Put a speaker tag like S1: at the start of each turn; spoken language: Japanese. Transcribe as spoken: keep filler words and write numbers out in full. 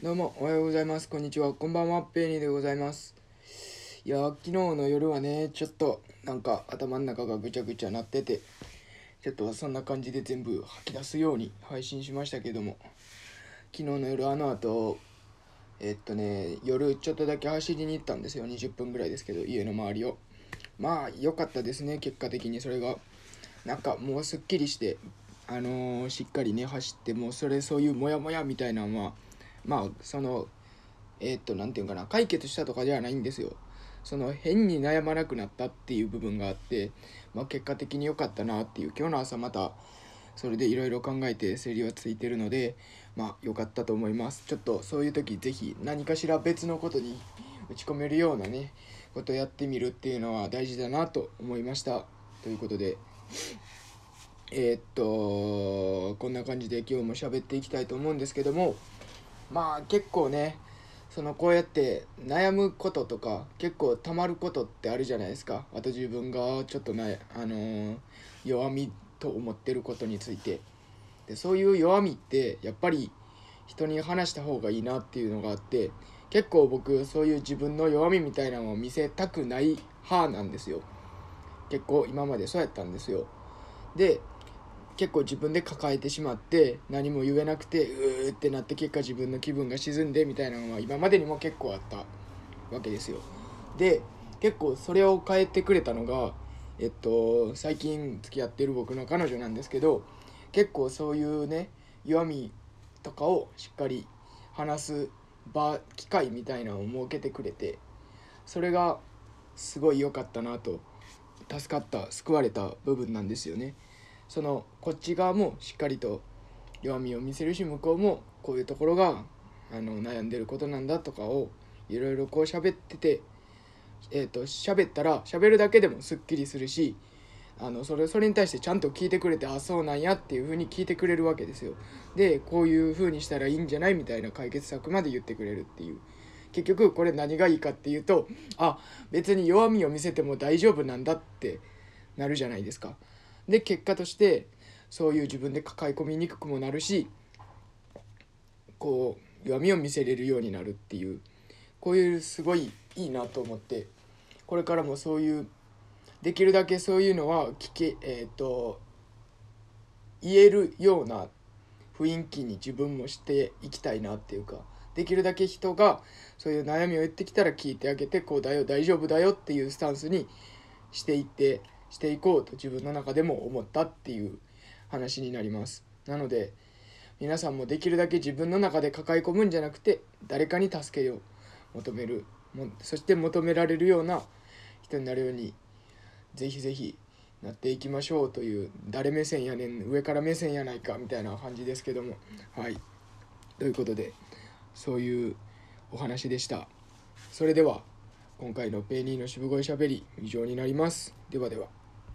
S1: どうもおはようございます。こんにちは。こんばんは。ペーニーでございます。いやー、昨日の夜はね、ちょっとなんか頭の中がぐちゃぐちゃなってて、ちょっとそんな感じで全部吐き出すように配信しましたけども、昨日の夜あの後、えっとね、夜ちょっとだけ走りに行ったんですよ。にじゅっぷんぐらいですけど、家の周りを。まあ、良かったですね、結果的にそれが。なんかもうすっきりして、あのーしっかりね、走って、もうそれ、そういうモヤモヤみたいなのは、まあ、その、えーっと、なんていうかな、解決したとかではないんですよ。その変に悩まなくなったっていう部分があって、まあ、結果的に良かったなっていう、今日の朝またそれでいろいろ考えて整理はついてるので、まあ良かったと思います。ちょっとそういう時ぜひ何かしら別のことに打ち込めるようなね、ことをやってみるっていうのは大事だなと思いました。ということで、えーっと、こんな感じで今日も喋っていきたいと思うんですけども、まあ結構ね、そのこうやって悩むこととか結構たまることってあるじゃないですか。あと自分がちょっとな、あのー弱みと思ってることについて。でそういう弱みってやっぱり人に話した方がいいなっていうのがあって、結構僕そういう自分の弱みみたいなのを見せたくない派なんですよ。結構今までそうやったんですよ。で結構自分で抱えてしまって何も言えなくてうーってなって、結果自分の気分が沈んでみたいなのは今までにも結構あったわけですよ。で結構それを変えてくれたのが、えっと最近付き合ってる僕の彼女なんですけど、結構そういうね弱みとかをしっかり話す場機会みたいなのを設けてくれて、それがすごい良かったなと、助かった救われた部分なんですよね。そのこっち側もしっかりと弱みを見せるし、向こうもこういうところがあの悩んでることなんだとかをいろいろこう喋ってて、えー、と喋ったら喋るだけでもすっきりするし、あのそれそれに対してちゃんと聞いてくれて、あそうなんやっていう風に聞いてくれるわけですよ。でこういう風にしたらいいんじゃないみたいな解決策まで言ってくれるっていう。結局これ何がいいかっていうと、あ別に弱みを見せても大丈夫なんだってなるじゃないですか。で結果としてそういう自分で抱え込みにくくもなるし、こう弱みを見せれるようになるっていう、こういうすごいいいなと思って、これからもそういうできるだけそういうのは聞けえっ、ー、と言えるような雰囲気に自分もしていきたいなっていうか、できるだけ人がそういう悩みを言ってきたら聞いてあげて、こうだよ大丈夫だよっていうスタンスにしていってしていこうと自分の中でも思ったっていう話になります。なので皆さんもできるだけ自分の中で抱え込むんじゃなくて、誰かに助けを求める、そして求められるような人になるようにぜひぜひなっていきましょうという、誰目線やねん上から目線やないかみたいな感じですけども、はい、ということでそういうお話でした。それでは今回のペーニーの渋声しゃべり以上になります。ではでは。